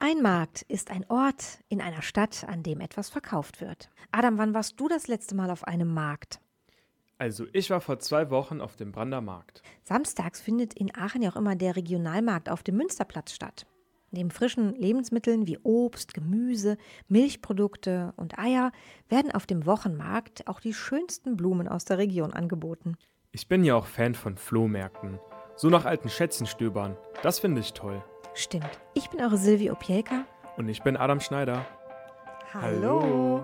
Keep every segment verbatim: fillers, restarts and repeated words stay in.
Ein Markt ist ein Ort in einer Stadt, an dem etwas verkauft wird. Adam, wann warst du das letzte Mal auf einem Markt? Also ich war vor zwei Wochen auf dem Brander Markt. Samstags findet in Aachen ja auch immer der Regionalmarkt auf dem Münsterplatz statt. Neben frischen Lebensmitteln wie Obst, Gemüse, Milchprodukte und Eier werden auf dem Wochenmarkt auch die schönsten Blumen aus der Region angeboten. Ich bin ja auch Fan von Flohmärkten. So nach alten Schätzen stöbern. Das finde ich toll. Stimmt. Ich bin eure Silvi Opielka. Und ich bin Adam Schneider. Hallo.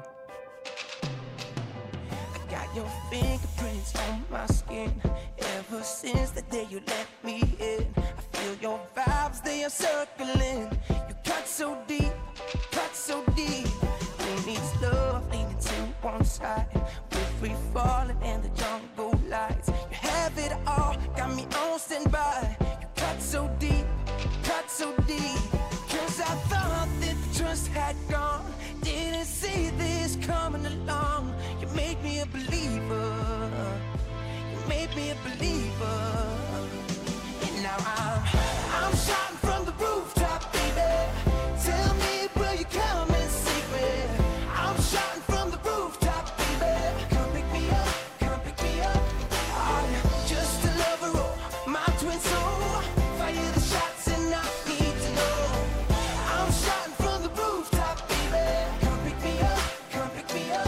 I got your fingerprints on my skin. Ever since the day you let me in, I feel your vibes, they are circling. You cut so deep, cut so deep. Who needs love leaning to one side? We're free falling in the jungle lights. You have it all, got me on standby. You cut so deep, cut so deep. Cause I thought that the trust had gone. Didn't see this coming along. You made me a believer. You made me a believer. And now I'm, I'm shouting from the rooftop, baby. Tell me, will you come and save me? I'm shouting from the rooftop, baby. Come pick me up, come pick me up. I'm just a lover, oh, my twin soul. Fire the shots and I need to know. I'm shouting from the rooftop, baby. Come pick me up, come pick me up.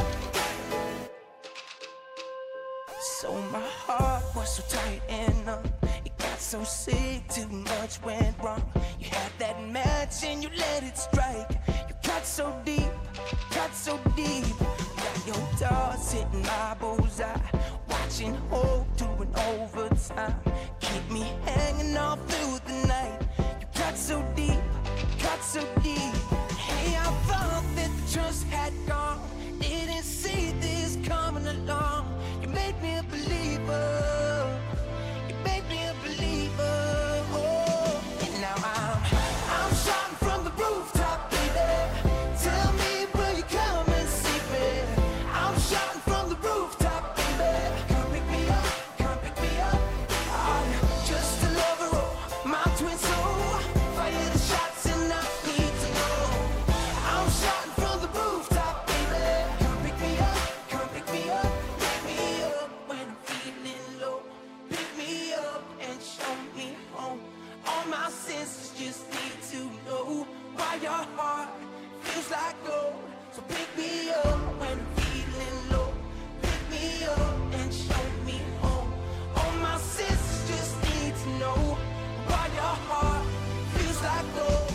So my heart was so tight and numb. It got so sick, too much went wrong. You had that match and you let it strike. You cut so deep, cut so deep. Got your dogs hitting my bullseye. Watching hope doing overtime. Keep me hanging all through the night. You cut so deep, cut so deep. Hey, I thought that the trust had gone. Didn't see this coming along. You made me a believer. You made me a believer. Oh, and now I'm, I'm shouting from the rooftop, baby. Tell me, will you come and save me? I'm shouting from the rooftop, baby. Come pick me up, come pick me up. I'm just a lover, oh, my twin soul. Fire the shots and I need to know. I'm shouting from the rooftop, baby. Come pick me up, come pick me up. Pick me up when I'm feeling low. Pick me up and show me home. All my senses just need to know why your heart feels like gold. So pick me up when I'm feeling low. Pick me up and show me home. All my senses just need to know why your heart feels like gold.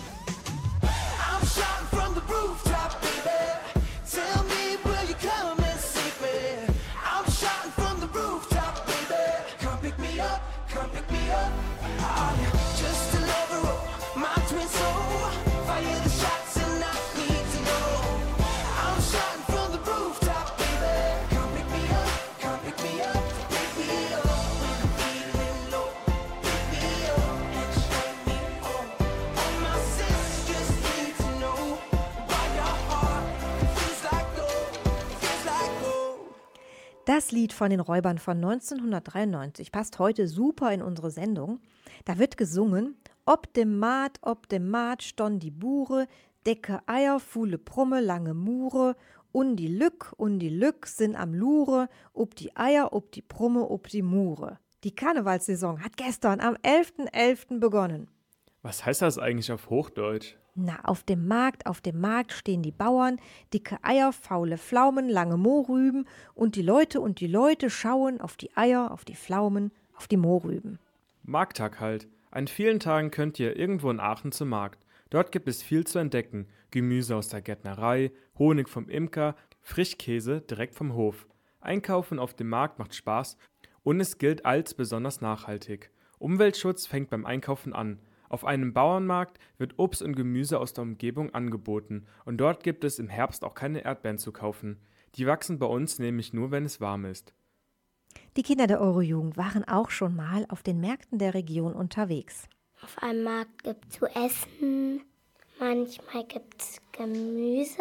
I'm shouting from the rooftop, baby. Tell me, will you come and save me? I'm shouting from the rooftop, baby. Come pick me up, come pick me up. I'm just a lover, oh, my twin soul. Fire the shots and I need to know. I'm shouting from the rooftop, baby. Come pick me up, come pick me up. Pick me up when I'm feeling low. Pick me up and show me home. All my senses just need to know why your heart feels like gold, feels like gold. Das Lied von den Räubern von neunzehnhundertdreiundneunzig passt heute super in unsere Sendung. Da wird gesungen: Ob dem Maat, ob dem Maat stond die Bure, Decke Eier, Fuhle Prumme, lange Mure, und die Lück, und die Lück sind am Lure, ob die Eier, ob die Prumme, ob die Mure. Die Karnevalssaison hat gestern am elften elften begonnen. Was heißt das eigentlich auf Hochdeutsch? Na, auf dem Markt, auf dem Markt stehen die Bauern, dicke Eier, faule Pflaumen, lange Mohrrüben, und die Leute und die Leute schauen auf die Eier, auf die Pflaumen, auf die Mohrrüben. Markttag halt. An vielen Tagen könnt ihr irgendwo in Aachen zum Markt. Dort gibt es viel zu entdecken. Gemüse aus der Gärtnerei, Honig vom Imker, Frischkäse direkt vom Hof. Einkaufen auf dem Markt macht Spaß und es gilt als besonders nachhaltig. Umweltschutz fängt beim Einkaufen an. Auf einem Bauernmarkt wird Obst und Gemüse aus der Umgebung angeboten und dort gibt es im Herbst auch keine Erdbeeren zu kaufen. Die wachsen bei uns nämlich nur, wenn es warm ist. Die Kinder der Eurojugend waren auch schon mal auf den Märkten der Region unterwegs. Auf einem Markt gibt es zu essen, manchmal gibt es Gemüse,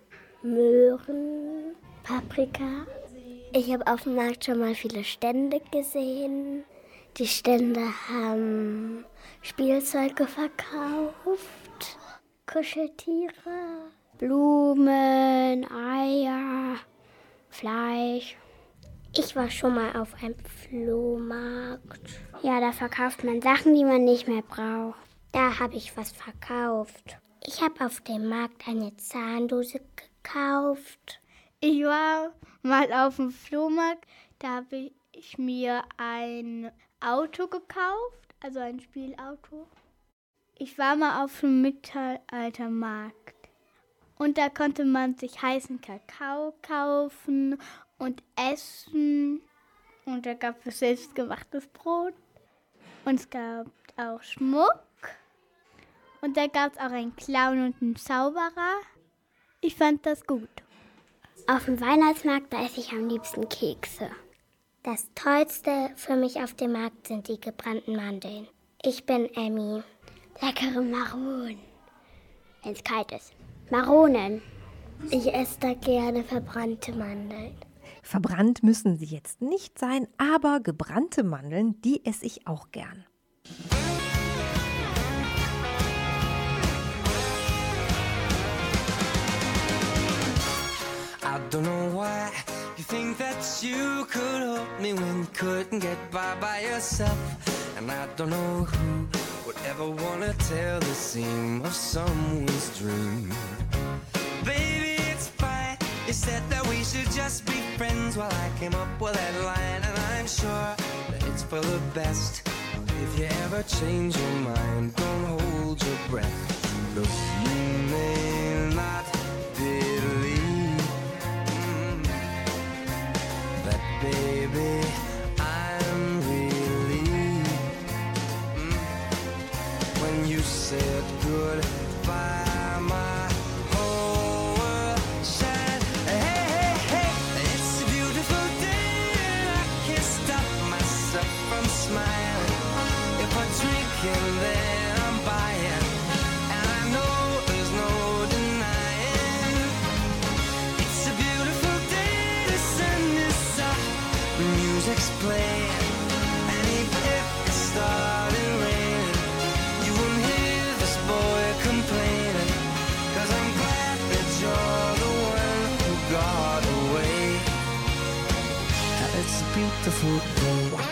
Möhren, Paprika. Ich habe auf dem Markt schon mal viele Stände gesehen. Die Stände haben Spielzeuge verkauft, Kuscheltiere, Blumen, Eier, Fleisch. Ich war schon mal auf einem Flohmarkt. Ja, da verkauft man Sachen, die man nicht mehr braucht. Da habe ich was verkauft. Ich habe auf dem Markt eine Zahndose gekauft. Ich war mal auf dem Flohmarkt, da habe ich mir ein Auto gekauft, also ein Spielauto. Ich war mal auf dem Mittelaltermarkt und da konnte man sich heißen Kakao kaufen und essen und da gab es selbstgemachtes Brot und es gab auch Schmuck und da gab es auch einen Clown und einen Zauberer. Ich fand das gut. Auf dem Weihnachtsmarkt, da esse ich am liebsten Kekse. Das Tollste für mich auf dem Markt sind die gebrannten Mandeln. Ich bin Emmy. Leckere Maronen, wenn es kalt ist. Maronen. Ich esse da gerne verbrannte Mandeln. Verbrannt müssen sie jetzt nicht sein, aber gebrannte Mandeln, die esse ich auch gern. I don't know why you think that you could help me when you couldn't get by by yourself. And I don't know who would ever want to tell the seam of someone's dream. Baby, it's fine. You said that we should just be friends. Well, I came up with that line, and I'm sure that it's for the best. If you ever change your mind, don't hold your breath. Look, you may not believe mm, that, baby, I'm relieved mm, when you said goodbye. My whole world shined. Hey, hey, hey, it's a beautiful day, and I can't stop myself from smiling. If I drink and then I'm buying, and I know there's no denying. It's a beautiful day, the sun is up, the music's playing, and even if it started raining, you won't hear this boy complaining, 'cause I'm glad that you're the one who got away. It's a beautiful day.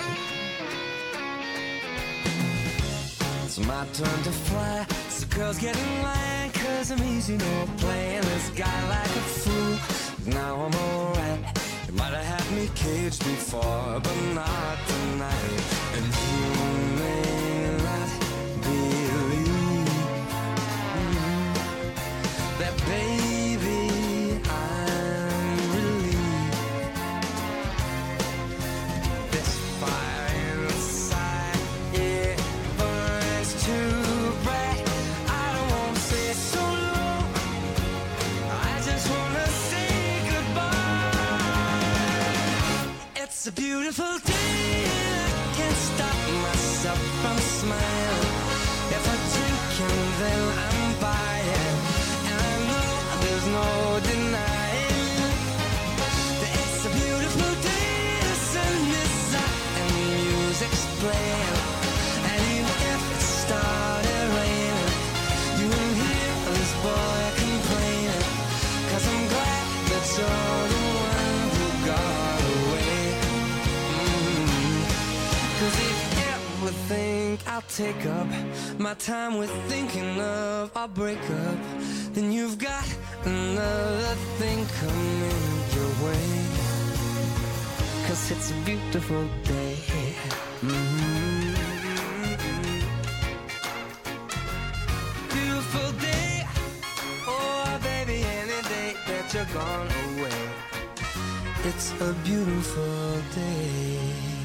It's my turn to fly, so girls get in line, 'cause I'm easy, no playing this guy like a fool. Now I'm alright, you might have had me caged before, but not tonight. And you may not believe mm, that, baby, I'm relieved. This fire inside, it burns too bright. I don't want to say so long, I just want to say goodbye. It's a beautiful day, and I can't stop myself from smiling. If I drink and then I'm buying, and I know there's no denying that it's a beautiful day, the sun is up and the music's playing, and even if it started raining, you won't hear this boy complaining, 'cause I'm glad that you're the one who got away. Mm. 'Cause if you ever think I'll take up my time with thinking of our breakup, then you've got another thing coming your way. 'Cause it's a beautiful day. Mm-hmm. Beautiful day. Oh, baby, any day that you're gone away, it's a beautiful day.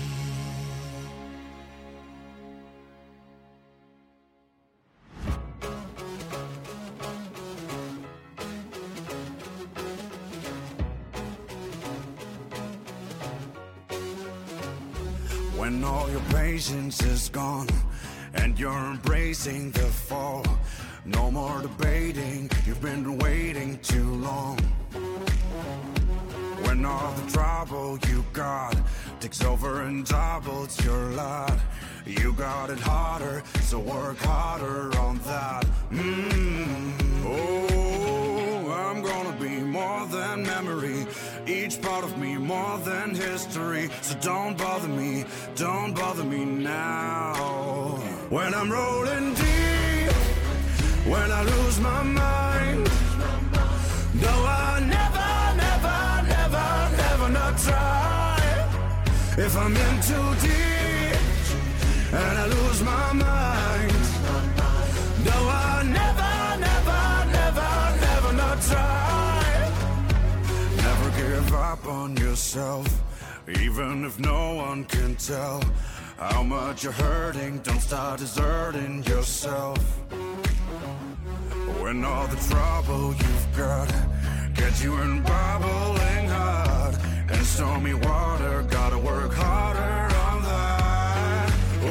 When all your patience is gone and you're embracing the fall, no more debating, you've been waiting too long. When all the trouble you got takes over and doubles your lot. You got it harder, so work harder on that. Mm. Oh, I'm gonna be more than memory, each part of me more than history. So don't bother me, don't bother me now. When I'm rolling deep, when I lose my mind, no, I never, never, never, never not try. If I'm in too deep and I lose my mind, no, I never, never, never, never not try. Never give up on yourself, even if no one can tell how much you're hurting. Don't start deserting yourself. When all the trouble you've got gets you in bubbling hot and stormy water, gotta work harder on that.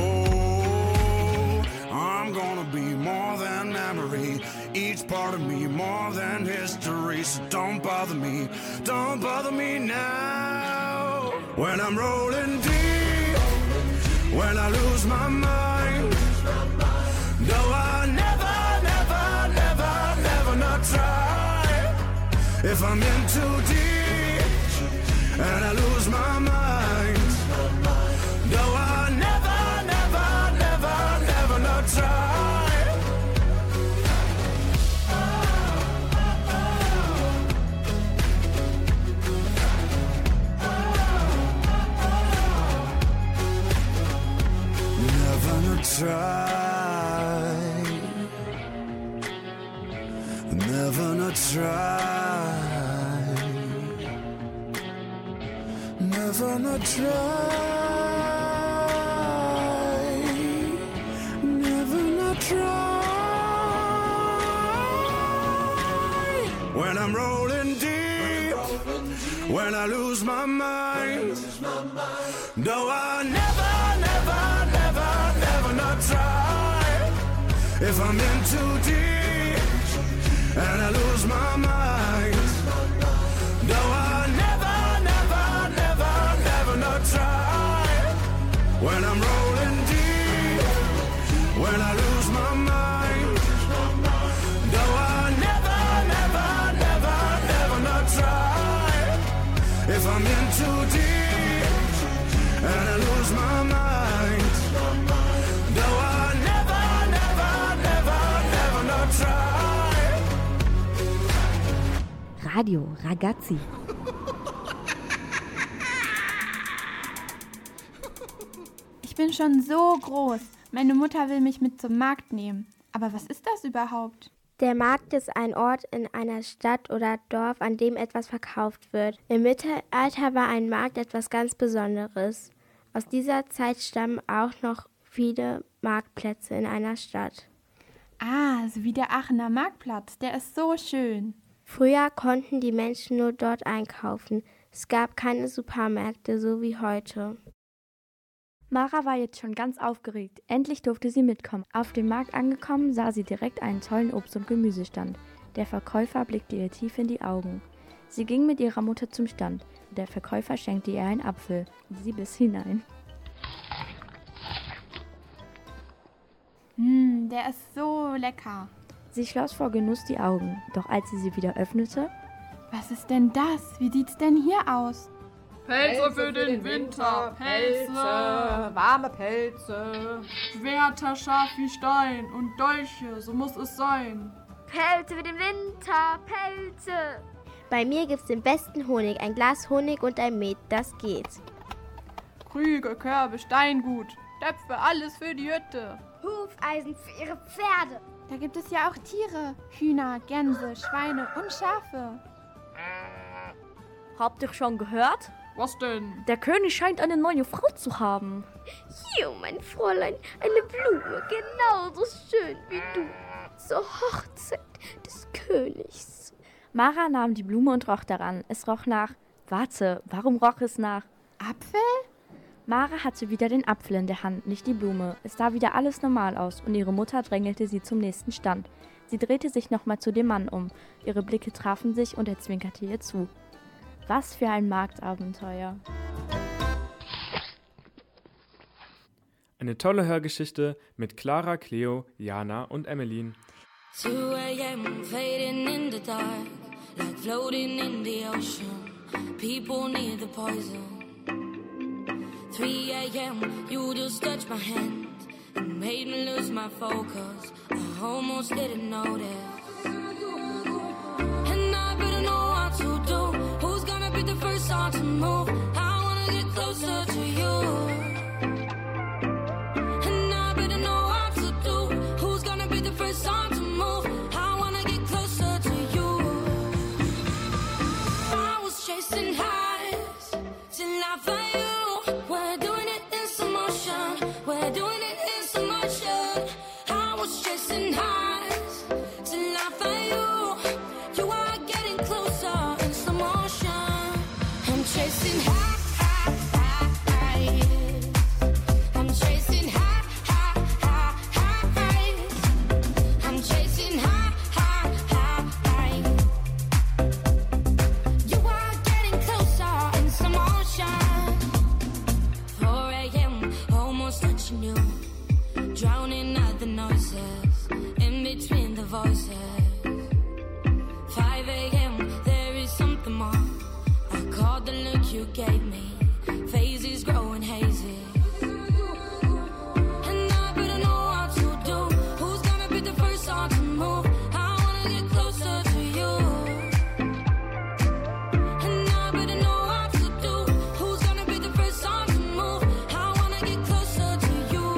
Oh, I'm gonna be more than memory, each part of me more than history. So don't bother me, don't bother me now. When I'm rolling deep, when I lose my mind, no, I never, never, never, never not try. If I'm in too deep and I lose my mind, no, I never, never, never, never not try. Never not try. Never not try. Never not try. Never not try. When I'm rolling deep, when I lose my mind, no, I never, never, never, never not try. If I'm in too deep and I lose my mind, no, I never, never, never, never not try. When I'm rolling deep, when I lose my mind, no, I never, never, never, never not try. If I'm in too deep and I lose my mind, no, I never, never, never, never not try. Radio Ragazzi. Ich bin schon so groß. Meine Mutter will mich mit zum Markt nehmen. Aber was ist das überhaupt? Der Markt ist ein Ort in einer Stadt oder Dorf, an dem etwas verkauft wird. Im Mittelalter war ein Markt etwas ganz Besonderes. Aus dieser Zeit stammen auch noch viele Marktplätze in einer Stadt. Ah, so wie der Aachener Marktplatz. Der ist so schön. Früher konnten die Menschen nur dort einkaufen. Es gab keine Supermärkte, so wie heute. Mara war jetzt schon ganz aufgeregt. Endlich durfte sie mitkommen. Auf dem Markt angekommen, sah sie direkt einen tollen Obst- und Gemüsestand. Der Verkäufer blickte ihr tief in die Augen. Sie ging mit ihrer Mutter zum Stand. Der Verkäufer schenkte ihr einen Apfel. Sie biss hinein. Hm, der ist so lecker. Sie schloss vor Genuss die Augen. Doch als sie sie wieder öffnete... Was ist denn das? Wie sieht's denn hier aus? Pelze für den Winter, Pelze, warme Pelze, Schwerter scharf wie Stein und Dolche, so muss es sein. Pelze für den Winter, Pelze. Bei mir gibt's den besten Honig, ein Glas Honig und ein Met, das geht. Krüge, Körbe, Steingut, Töpfe, alles für die Hütte. Hufeisen für ihre Pferde. Da gibt es ja auch Tiere, Hühner, Gänse, Schweine und Schafe. Habt ihr schon gehört? Was denn? Der König scheint eine neue Frau zu haben. Hier, mein Fräulein, eine Blume, genauso schön wie du. Zur Hochzeit des Königs. Mara nahm die Blume und roch daran. Es roch nach... Warte, warum roch es nach... Apfel? Mara hatte wieder den Apfel in der Hand, nicht die Blume. Es sah wieder alles normal aus und ihre Mutter drängelte sie zum nächsten Stand. Sie drehte sich nochmal zu dem Mann um. Ihre Blicke trafen sich und er zwinkerte ihr zu. Was für ein Marktabenteuer. Eine tolle Hörgeschichte mit Clara, Cleo, Jana und Emmeline. two a.m. fading in the dark, like floating in the ocean. People need the poison. three a.m. you just touched my hand and made me lose my focus. I almost didn't notice. And I better know what to do. Who's gonna be the first one to move? I wanna get closer to you. Drowning out the noises, in between the voices. five a.m. there is something more. I caught the look you gave me. Phases growing hazy. And I better know what to do. Who's gonna be the first one to move? I wanna get closer to you. And I better know what to do. Who's gonna be the first one to move? I wanna get closer to you.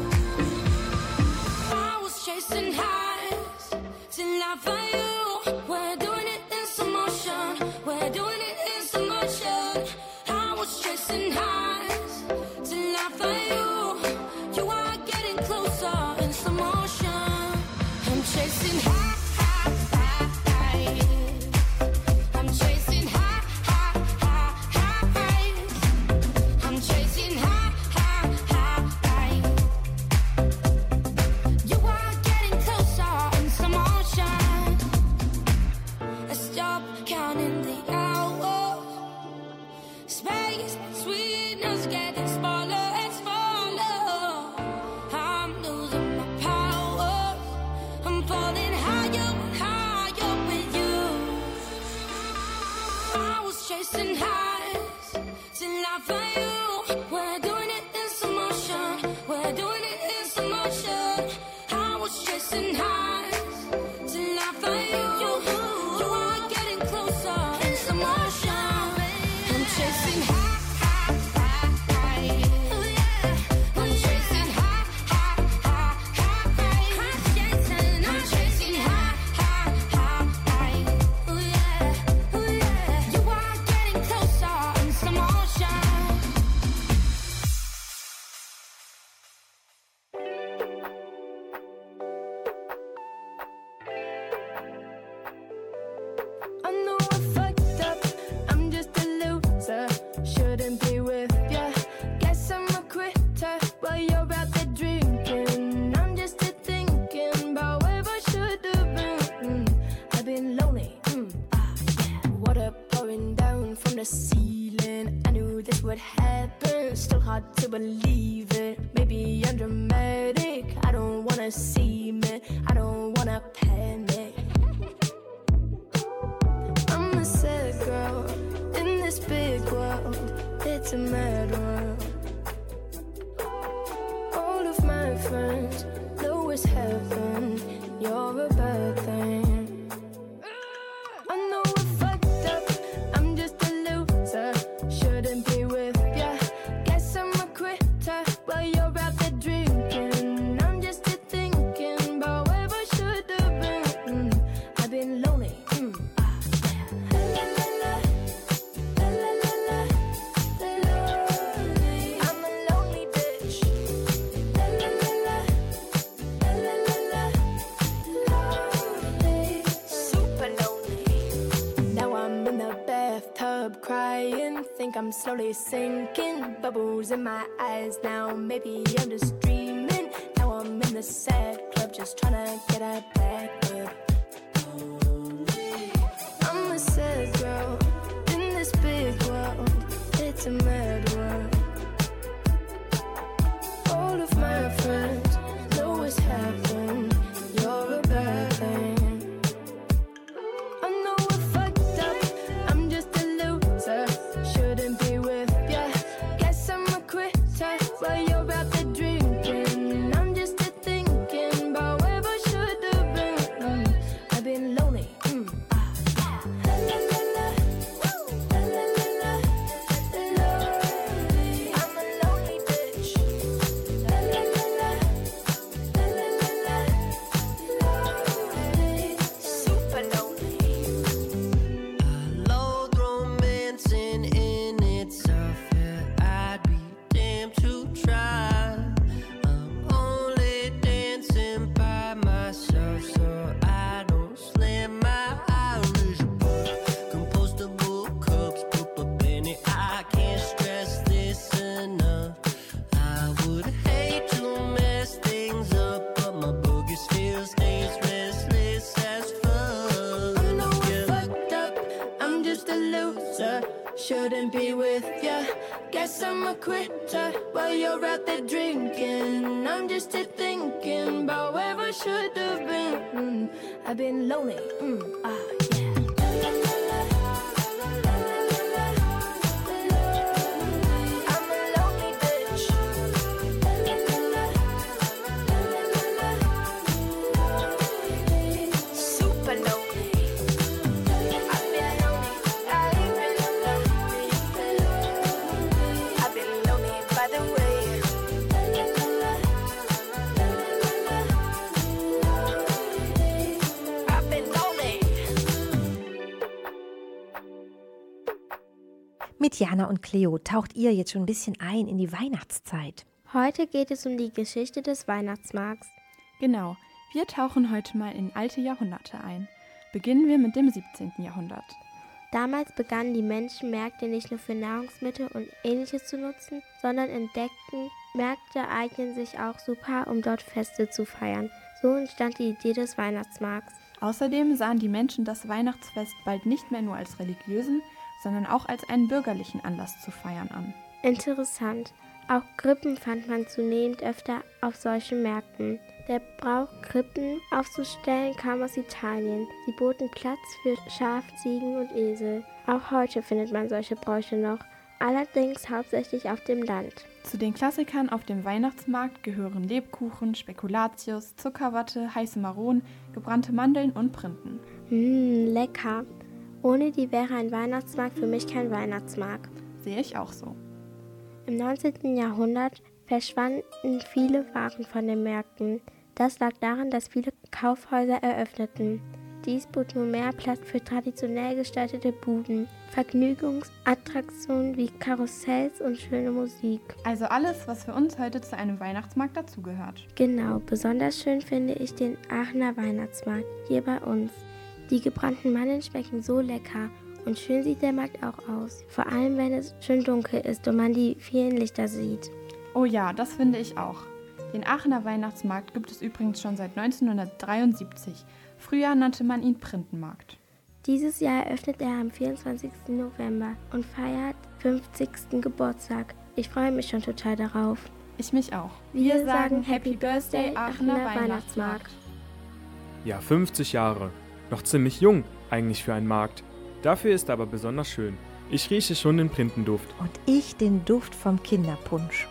Chasing highs till I find you. We're doing it in slow motion. We're doing it in slow motion. I was chasing highs till I find you. You are getting closer in slow motion. I'm chasing highs. I'm chasing highs. I'm chasing highs. I'm slowly sinking, bubbles in my eyes now. Maybe I'm just dreaming. Now I'm in the sad club, just trying to get a back up. I'm a sad girl in this shouldn't be with ya. Guess I'm a quitter while you're out there drinking. I'm just here thinking about where I should have been. Mm, I've been lonely, mm, ah, yeah. Mit Jana und Cleo taucht ihr jetzt schon ein bisschen ein in die Weihnachtszeit. Heute geht es um die Geschichte des Weihnachtsmarkts. Genau, wir tauchen heute mal in alte Jahrhunderte ein. Beginnen wir mit dem siebzehnten Jahrhundert. Damals begannen die Menschen Märkte nicht nur für Nahrungsmittel und Ähnliches zu nutzen, sondern entdeckten, Märkte eignen sich auch super, um dort Feste zu feiern. So entstand die Idee des Weihnachtsmarkts. Außerdem sahen die Menschen das Weihnachtsfest bald nicht mehr nur als religiösen, sondern auch als einen bürgerlichen Anlass zu feiern an. Interessant. Auch Krippen fand man zunehmend öfter auf solchen Märkten. Der Brauch, Krippen aufzustellen, kam aus Italien. Sie boten Platz für Schaf, Ziegen und Esel. Auch heute findet man solche Bräuche noch, allerdings hauptsächlich auf dem Land. Zu den Klassikern auf dem Weihnachtsmarkt gehören Lebkuchen, Spekulatius, Zuckerwatte, heiße Maronen, gebrannte Mandeln und Printen. Mmm, lecker. Ohne die wäre ein Weihnachtsmarkt für mich kein Weihnachtsmarkt. Sehe ich auch so. Im neunzehnten Jahrhundert verschwanden viele Waren von den Märkten. Das lag daran, dass viele Kaufhäuser eröffneten. Dies bot nur mehr Platz für traditionell gestaltete Buden, Vergnügungsattraktionen wie Karussells und schöne Musik. Also alles, was für uns heute zu einem Weihnachtsmarkt dazugehört. Genau, besonders schön finde ich den Aachener Weihnachtsmarkt hier bei uns. Die gebrannten Mandeln schmecken so lecker und schön sieht der Markt auch aus. Vor allem, wenn es schön dunkel ist und man die vielen Lichter sieht. Oh ja, das finde ich auch. Den Aachener Weihnachtsmarkt gibt es übrigens schon seit neunzehnhundertdreiundsiebzig. Früher nannte man ihn Printenmarkt. Dieses Jahr eröffnet er am vierundzwanzigsten November und feiert fünfzigsten Geburtstag. Ich freue mich schon total darauf. Ich mich auch. Wir, Wir sagen Happy Birthday, Aachener Weihnachtsmarkt. Weihnachtsmarkt. Ja, fünfzig Jahre. Noch ziemlich jung, eigentlich für einen Markt. Dafür ist er aber besonders schön. Ich rieche schon den Printenduft. Und ich den Duft vom Kinderpunsch.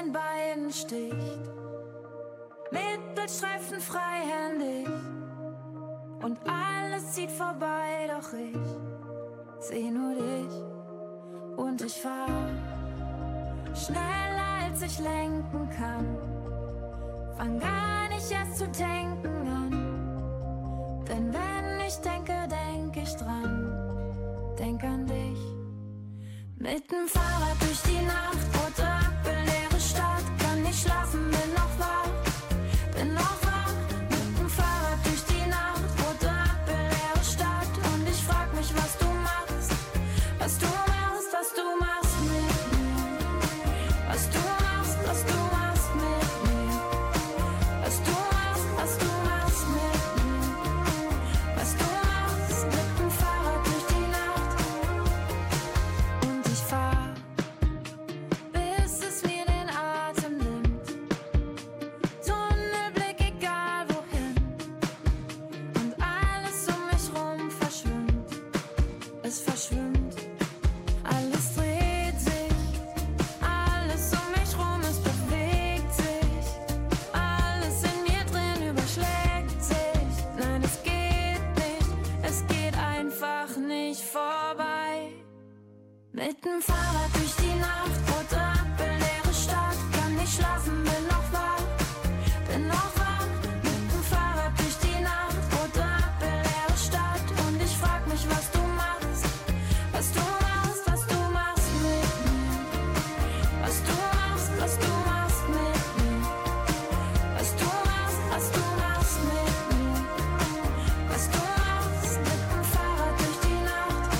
den Beinen sticht. Mittelstreifen freihändig und alles zieht vorbei, doch ich seh nur dich und ich fahr schneller als ich lenken kann. Fang gar nicht erst zu denken an, denn wenn ich denke, denk ich dran, denk an dich. Mit dem Fahrrad durch die Nacht, rote Ampel, leere Stadt, kann nicht schlafen, bin noch wach, bin noch wach. Mit dem Fahrrad durch die Nacht, rote Ampel, leere Stadt und ich frag mich, was du machst, was du machst, was du machst mit mir, was du machst, was du machst mit mir, was du machst, was du machst mit mir, was du machst mit dem Fahrrad durch die Nacht. Und ich fahr, bis es mir den Atem nimmt. Tunnelblick, egal wohin. Und alles um mich rum verschwimmt. Es verschwimmt. Alles dreht sich. Alles um mich rum, es bewegt sich. Alles in mir drin überschlägt sich. Nein, es geht nicht. Es geht einfach nicht vorbei. Mit dem Fahrrad durch die Nacht, rote Ampel, leere Stadt, kann nicht schlafen, bin noch wach, bin noch wach. Mit dem Fahrrad durch die Nacht, rote Ampel, leere Stadt und ich frag mich, was du machst, was du machst, was du machst mit mir, was du machst, was du machst mit mir, was du machst, was du machst mit mir, was du machst mit dem Fahrrad durch die Nacht.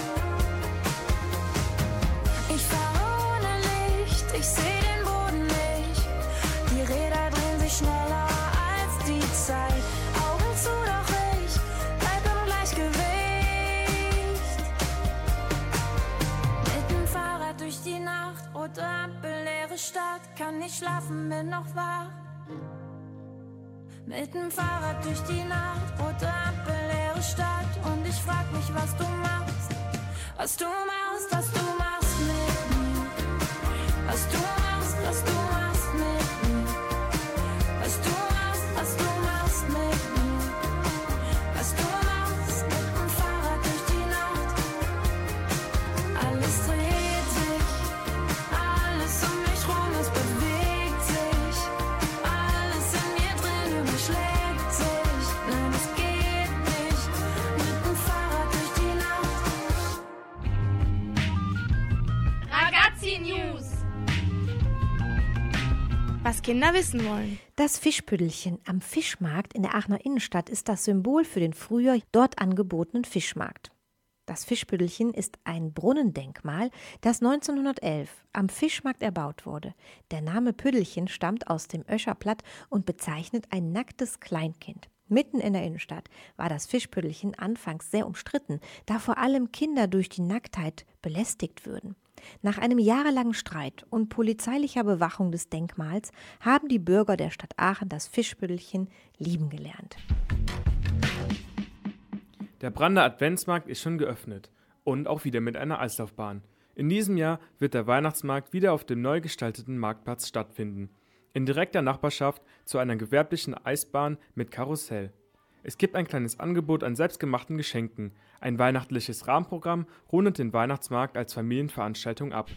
Ich fahr ohne Licht, ich seh den Boden nicht. Die Räder drehen sich schneller als die Zeit. Augen zu, doch ich bleib im Gleichgewicht. Mit dem Fahrrad durch die Nacht, rote Ampel, leere Stadt, kann nicht schlafen, bin noch wach. Mit dem Fahrrad durch die Nacht, rote Ampel, leere Stadt und ich frag mich, was du machst, was du machst, was du machst mit mir, was du machst, was du machst mit mir, was du machst, was du machst mit mir, was du machst mit dem Fahrrad durch die Nacht. Alles dreht sich, alles um mich rum, es bewegt sich, alles in mir drin überschlägt sich. Nein, es geht nicht mit dem Fahrrad durch die Nacht. Ragazzi News. Was Kinder wissen wollen. Das Fischpüttelchen am Fischmarkt in der Aachener Innenstadt ist das Symbol für den früher dort angebotenen Fischmarkt. Das Fischpüttelchen ist ein Brunnendenkmal, das neunzehnhundertelf am Fischmarkt erbaut wurde. Der Name Püttelchen stammt aus dem Öscherplatt und bezeichnet ein nacktes Kleinkind. Mitten in der Innenstadt war das Fischpüttelchen anfangs sehr umstritten, da vor allem Kinder durch die Nacktheit belästigt würden. Nach einem jahrelangen Streit und polizeilicher Bewachung des Denkmals haben die Bürger der Stadt Aachen das Fischpüttelchen lieben gelernt. Der Brander Adventsmarkt ist schon geöffnet und auch wieder mit einer Eislaufbahn. In diesem Jahr wird der Weihnachtsmarkt wieder auf dem neu gestalteten Marktplatz stattfinden. In direkter Nachbarschaft zu einer gewerblichen Eisbahn mit Karussell. Es gibt ein kleines Angebot an selbstgemachten Geschenken. Ein weihnachtliches Rahmenprogramm rundet den Weihnachtsmarkt als Familienveranstaltung ab.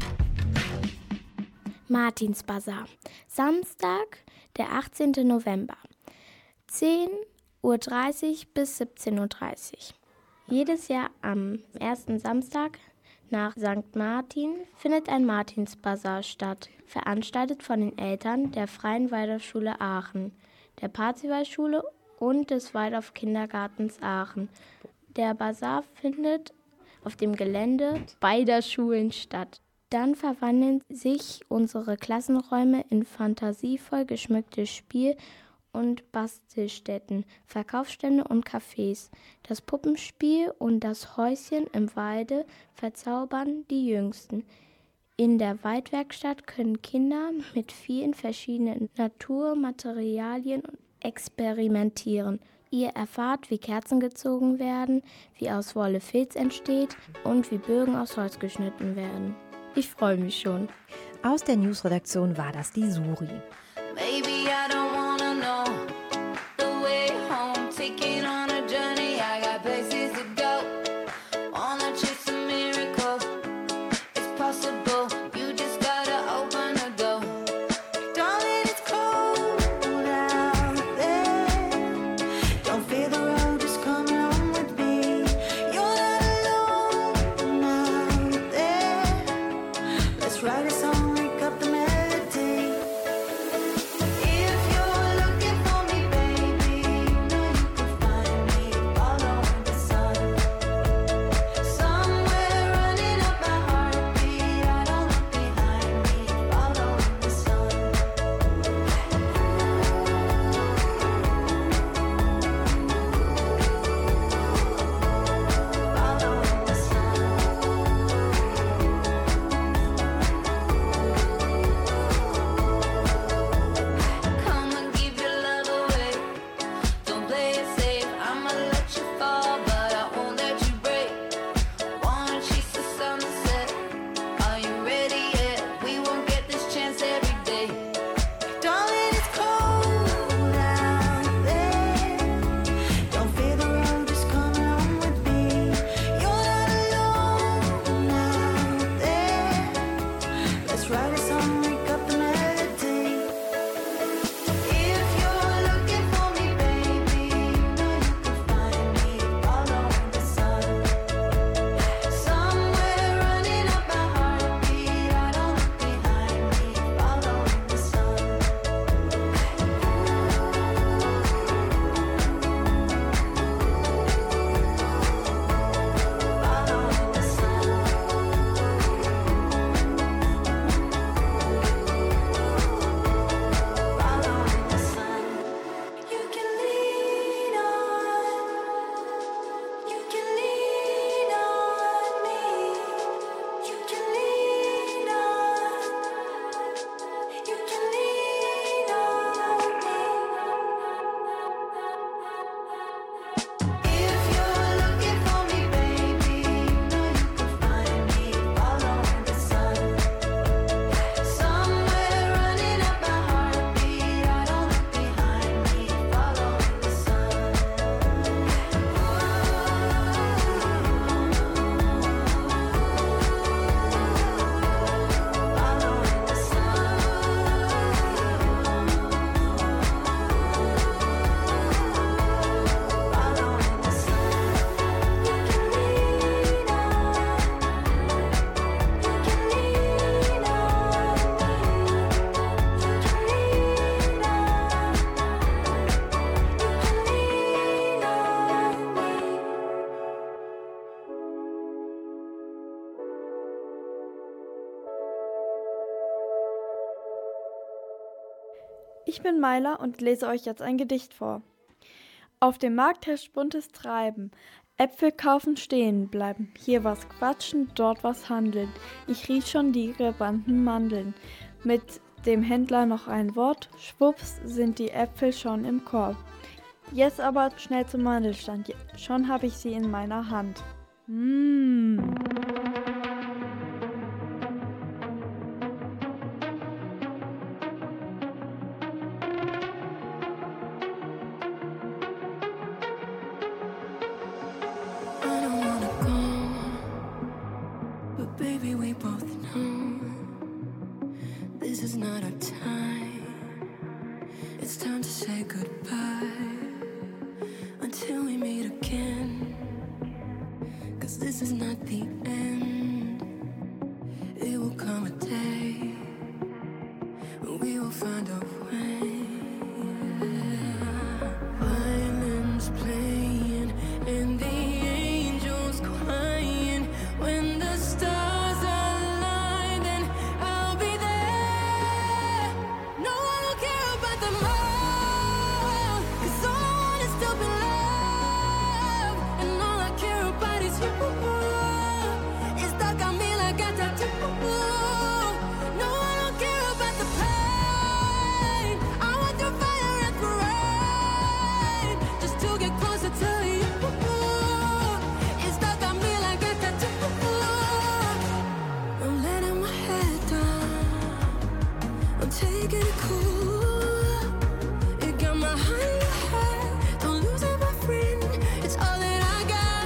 Martinsbasar. Samstag, der achtzehnten November. zehn Uhr dreißig bis siebzehn Uhr dreißig. Jedes Jahr am ersten Samstag nach Sankt Martin findet ein Martinsbasar statt, veranstaltet von den Eltern der Freien Waldorfschule Aachen, der Parzivalschule und des Waldorf-Kindergartens Aachen. Der Basar findet auf dem Gelände beider Schulen statt. Dann verwandeln sich unsere Klassenräume in fantasievoll geschmückte Spiel- und Bastelstätten, Verkaufsstände und Cafés. Das Puppenspiel und das Häuschen im Walde verzaubern die Jüngsten. In der Waldwerkstatt können Kinder mit vielen verschiedenen Naturmaterialien experimentieren. Ihr erfahrt, wie Kerzen gezogen werden, wie aus Wolle Filz entsteht und wie Bögen aus Holz geschnitten werden. Ich freue mich schon. Aus der Newsredaktion war das die Suri. Maybe I don't wanna know the way home, taking on a journey. I got places to go. Wanna chase a miracle. It's possible. You just gotta open the door. Darling, it's cold out there. Don't fear the road, just come along with me. You're not alone out there. Let's write a song, wake up the melody. Ich bin Maila und lese euch jetzt ein Gedicht vor. Auf dem Markt herrscht buntes Treiben, Äpfel kaufen, stehen bleiben, hier was quatschen, dort was handeln. Ich riech schon die gebrannten Mandeln. Mit dem Händler noch ein Wort, schwupps sind die Äpfel schon im Korb. Jetzt aber schnell zum Mandelstand, schon habe ich sie in meiner Hand. Mmh. No, I don't care about the pain. You got my heart in your heart. Don't lose it, my friend. It's all that I got.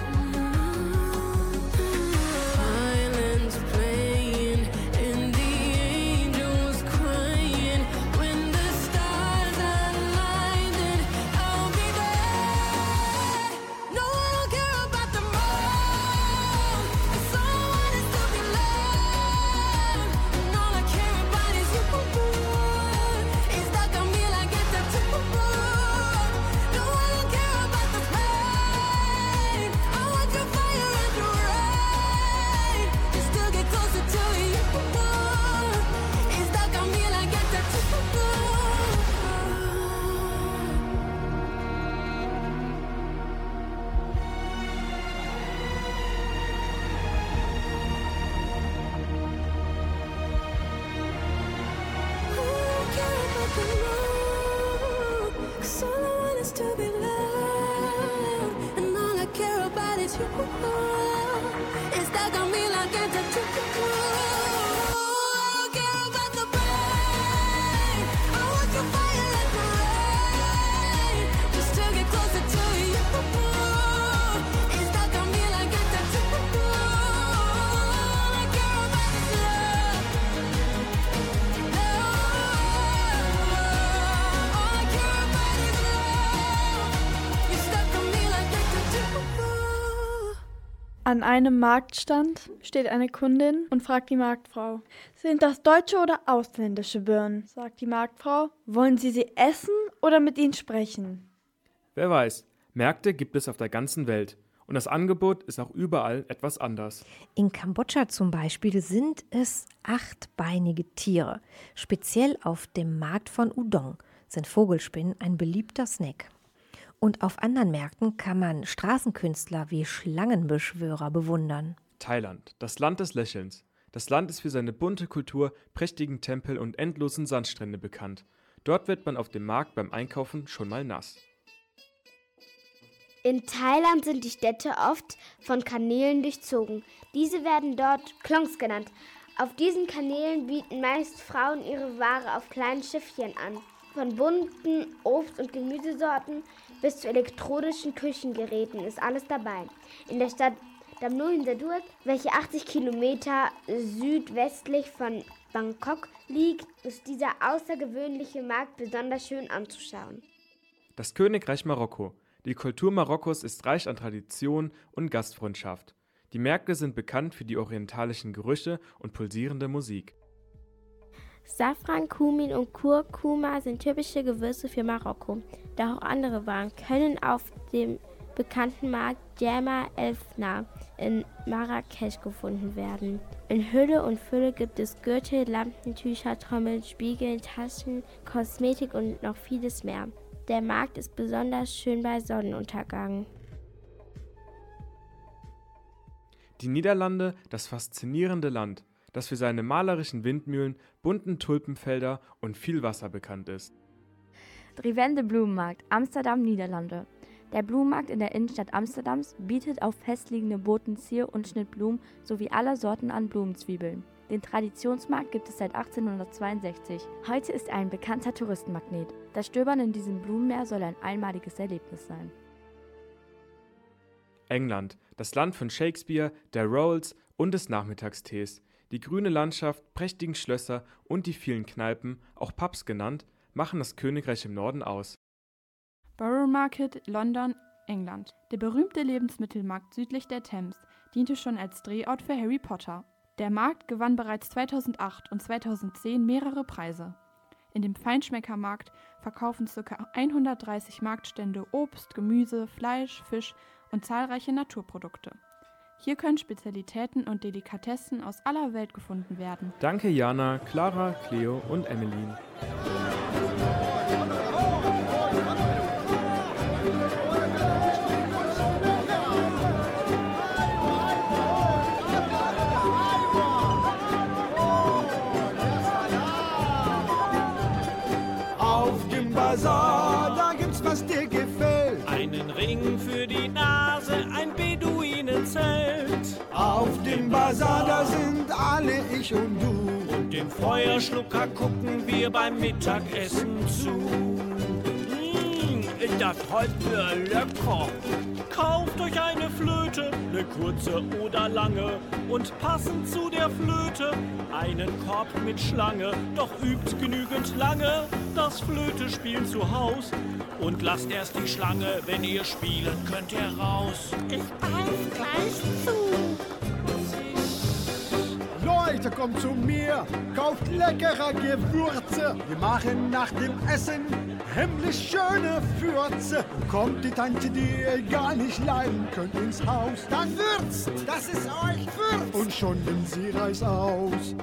Violins playing and the angels crying. When the stars align, then I'll be there. No, I don't care about the moon. It's all I want is to be loved. And all I care about is you. It's stuck on me like it's a tattoo. No, I don't care about the pain. I want your fire and your rain. Just to get closer to you. It's stuck on me like it's a tattoo. Cause all I want is to be loved. And all I care about is you. It's stuck on me like a tattoo. I don't care about the pain. I want your fire and your rain. Just to get closer to you. It's stuck on me like a tattoo. All I care about is love. An einem Marktstand steht eine Kundin und fragt die Marktfrau: Sind das deutsche oder ausländische Birnen? Sagt die Marktfrau: Wollen Sie sie essen oder mit ihnen sprechen? Wer weiß, Märkte gibt es auf der ganzen Welt. Und das Angebot ist auch überall etwas anders. In Kambodscha zum Beispiel sind es achtbeinige Tiere. Speziell auf dem Markt von Udong sind Vogelspinnen ein beliebter Snack. Und auf anderen Märkten kann man Straßenkünstler wie Schlangenbeschwörer bewundern. Thailand, das Land des Lächelns. Das Land ist für seine bunte Kultur, prächtigen Tempel und endlosen Sandstrände bekannt. Dort wird man auf dem Markt beim Einkaufen schon mal nass. In Thailand sind die Städte oft von Kanälen durchzogen. Diese werden dort Klongs genannt. Auf diesen Kanälen bieten meist Frauen ihre Ware auf kleinen Schiffchen an. Von bunten Obst- und Gemüsesorten bis zu elektronischen Küchengeräten ist alles dabei. In der Stadt Damnoen Satuat, welche achtzig Kilometer südwestlich von Bangkok liegt, ist dieser außergewöhnliche Markt besonders schön anzuschauen. Das Königreich Marokko. Die Kultur Marokkos ist reich an Tradition und Gastfreundschaft. Die Märkte sind bekannt für die orientalischen Gerüche und pulsierende Musik. Safran, Kumin und Kurkuma sind typische Gewürze für Marokko. Doch auch andere Waren können auf dem bekannten Markt Djerma El Fna in Marrakesch gefunden werden. In Hülle und Fülle gibt es Gürtel, Lampentücher, Trommeln, Spiegel, Taschen, Kosmetik und noch vieles mehr. Der Markt ist besonders schön bei Sonnenuntergang. Die Niederlande, das faszinierende Land, das für seine malerischen Windmühlen, bunten Tulpenfelder und viel Wasser bekannt ist. Drivende Blumenmarkt, Amsterdam, Niederlande. Der Blumenmarkt in der Innenstadt Amsterdams bietet auf festliegende Boten Zier- und Schnittblumen sowie aller Sorten an Blumenzwiebeln. Den Traditionsmarkt gibt es seit achtzehnhundertzweiundsechzig. Heute ist er ein bekannter Touristenmagnet. Das Stöbern in diesem Blumenmeer soll ein einmaliges Erlebnis sein. England, das Land von Shakespeare, der Rolls und des Nachmittagstees. Die grüne Landschaft, prächtigen Schlösser und die vielen Kneipen, auch Pubs genannt, machen das Königreich im Norden aus. Borough Market, London, England. Der berühmte Lebensmittelmarkt südlich der Themse diente schon als Drehort für Harry Potter. Der Markt gewann bereits zweitausendacht und zweitausendzehn mehrere Preise. In dem Feinschmeckermarkt verkaufen ca. hundertdreißig Marktstände Obst, Gemüse, Fleisch, Fisch und zahlreiche Naturprodukte. Hier können Spezialitäten und Delikatessen aus aller Welt gefunden werden. Danke Jana, Clara, Cleo und Emmeline. Auf dem Bazar, da gibt's was dir gefällt. Einen Ring für die Nase, ein Beduinenzelt. Auf dem Bazar, da sind alle ich und du. Und dem Feuerschlucker gucken wir beim Mittagessen zu. Mmh, ist das heute lecker. Kauft euch eine Flöte, eine kurze oder lange, und passend zu der Flöte einen Korb mit Schlange. Doch übt genügend lange das Flötespielen zu Haus und lasst erst die Schlange, wenn ihr spielen könnt, heraus. Ich greif gleich zu. Leute, kommt zu mir, kauft leckere Gewürze. Wir machen nach dem Essen himmlisch schöne Fürze. Kommt die Tante, die ihr gar nicht leiden könnt, ins Haus, dann würzt, dass es euch würzt. Und schon nimmt sie Reis aus.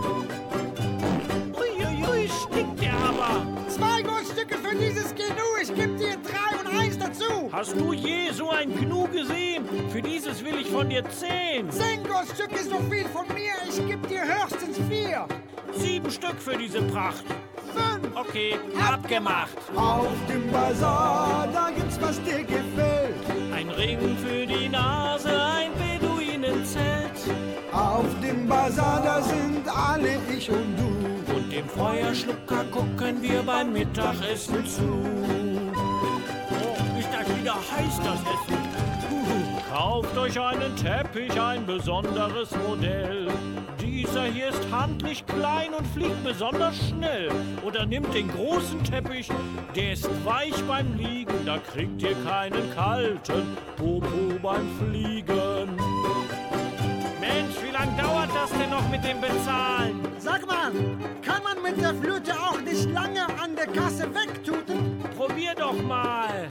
Uiuiui, stinkt der aber. Zwei Goldstücke für dieses Gnu, ich geb dir drei und eins dazu. Hast du je so ein Gnu gesehen? Für dieses will ich von dir zehn. Zehn Goldstücke ist so viel von mir, ich geb dir höchstens vier. Sieben Stück für diese Pracht. Fünf. Okay, abgemacht. Auf dem Bazar, da gibt's was dir gefällt. Ein Ring für die Nase, ein Beduinenzelt. Auf dem Bazar, da sind alle ich und du. Und dem Feuerschlucker gucken wir beim Mittagessen zu. Oh, ist das wieder heiß, das Essen. Uh, kauft euch einen Teppich, ein besonderes Modell. Dieser hier ist handlich klein und fliegt besonders schnell. Oder nimmt den großen Teppich, der ist weich beim Liegen. Da kriegt ihr keinen kalten Popo beim Fliegen. Mensch, wie lange dauert das denn noch mit dem Bezahlen? Sag mal, kann man mit der Flöte auch nicht lange an der Kasse wegtuten? Probier doch mal.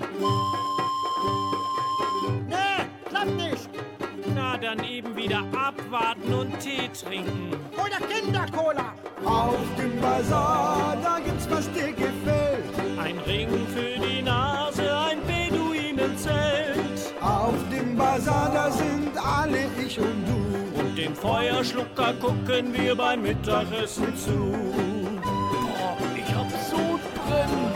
Nee, klappt nicht. Na, dann eben wieder abwarten und Tee trinken. Oder Kindercola. Auf dem Bazar, da gibt's was dir gefällt. Ein Ring für die Nase, ein Beduinenzelt. Auf dem Bazar, da sind alle ich und du. Und dem Feuerschlucker gucken wir beim Mittagessen zu. Boah, ich hab Sodbrennen.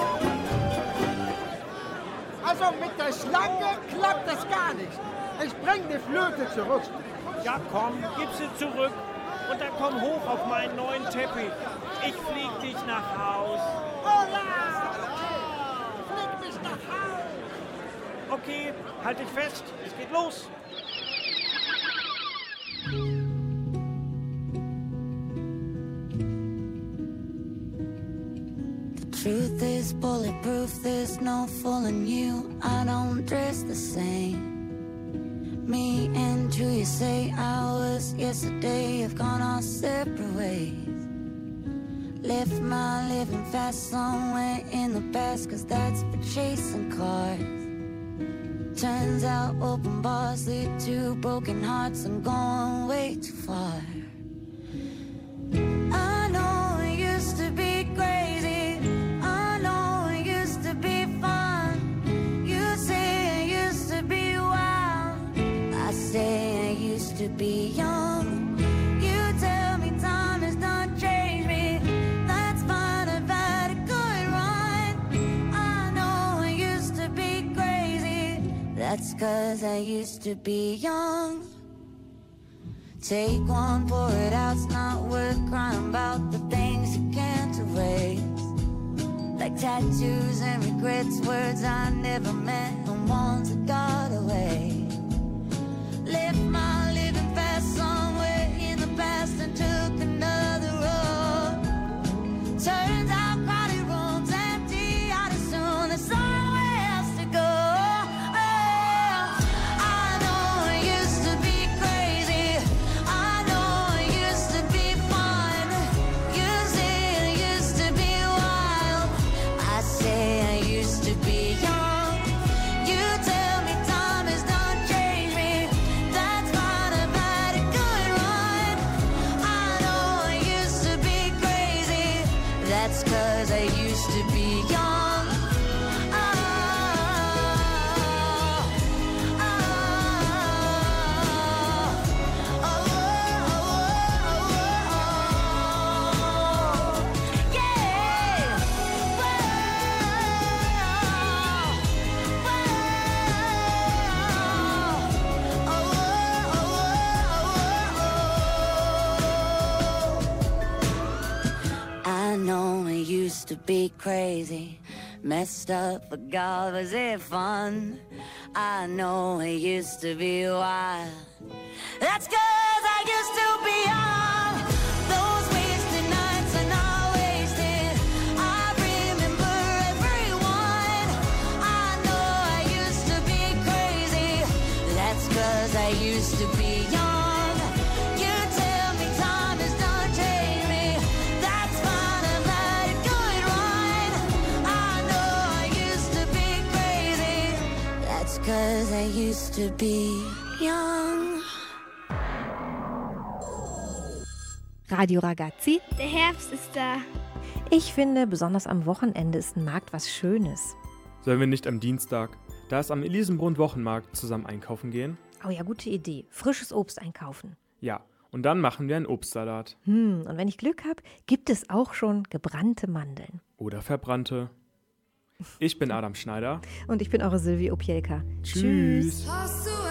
Also mit der Schlange klappt das gar nicht. Ich bring die Flöte zurück. Ja komm, gib sie zurück. Und dann komm hoch auf meinen neuen Teppich. Ich flieg dich nach Haus. Hola! Flieg mich nach Haus! Okay, halt dich fest. Es geht los. Truth is bulletproof, there's no fooling you. I don't dress the same. Me and you, you say hours yesterday have gone our separate ways. Left my living fast somewhere in the past, cause that's for chasing cars. Turns out open bars lead to broken hearts. I'm going way too far. I know it used to be crazy. I know it used to be fun. You say it used to be wild. I say I used to be young. You tell me time has not changed me. That's fine, I've had a good run. I know I used to be crazy. That's cause I used to be young. Take one, pour it out, it's not worth crying about the things you can't erase. Like tattoos and regrets, words I never meant, and ones that got away. Left my living fast somewhere in the past and took another road. Turns out crowded rooms empty out as soon as somewhere else to go. I know it used to be crazy. I know it used to be fun. You say it used to be wild. I say I used to be young. You tell me time has not changed me. That's fine, I've had a good run. I know I used to be crazy. That's cause I used to be young. be crazy, messed up, but God, was it fun? I know it used to be wild. That's 'cause I used to be young. Those wasted nights are not wasted. I remember everyone. I know I used to be crazy. That's 'cause I used to be young. You tell me time has done changed me. That's fine, I've let it go and run. I know I used to be crazy. That's 'cause I used to be young. Radio Ragazzi. Der Herbst ist da. Ich finde, besonders am Wochenende ist ein Markt was Schönes. Sollen wir nicht am Dienstag, da ist am Elisenbrunn Wochenmarkt, zusammen einkaufen gehen? Oh ja, gute Idee. Frisches Obst einkaufen. Ja, und dann machen wir einen Obstsalat. Hm, und wenn ich Glück habe, gibt es auch schon gebrannte Mandeln. Oder verbrannte. Ich bin Adam Schneider. Und ich bin eure Silvi Opielka. Tschüss. Tschüss.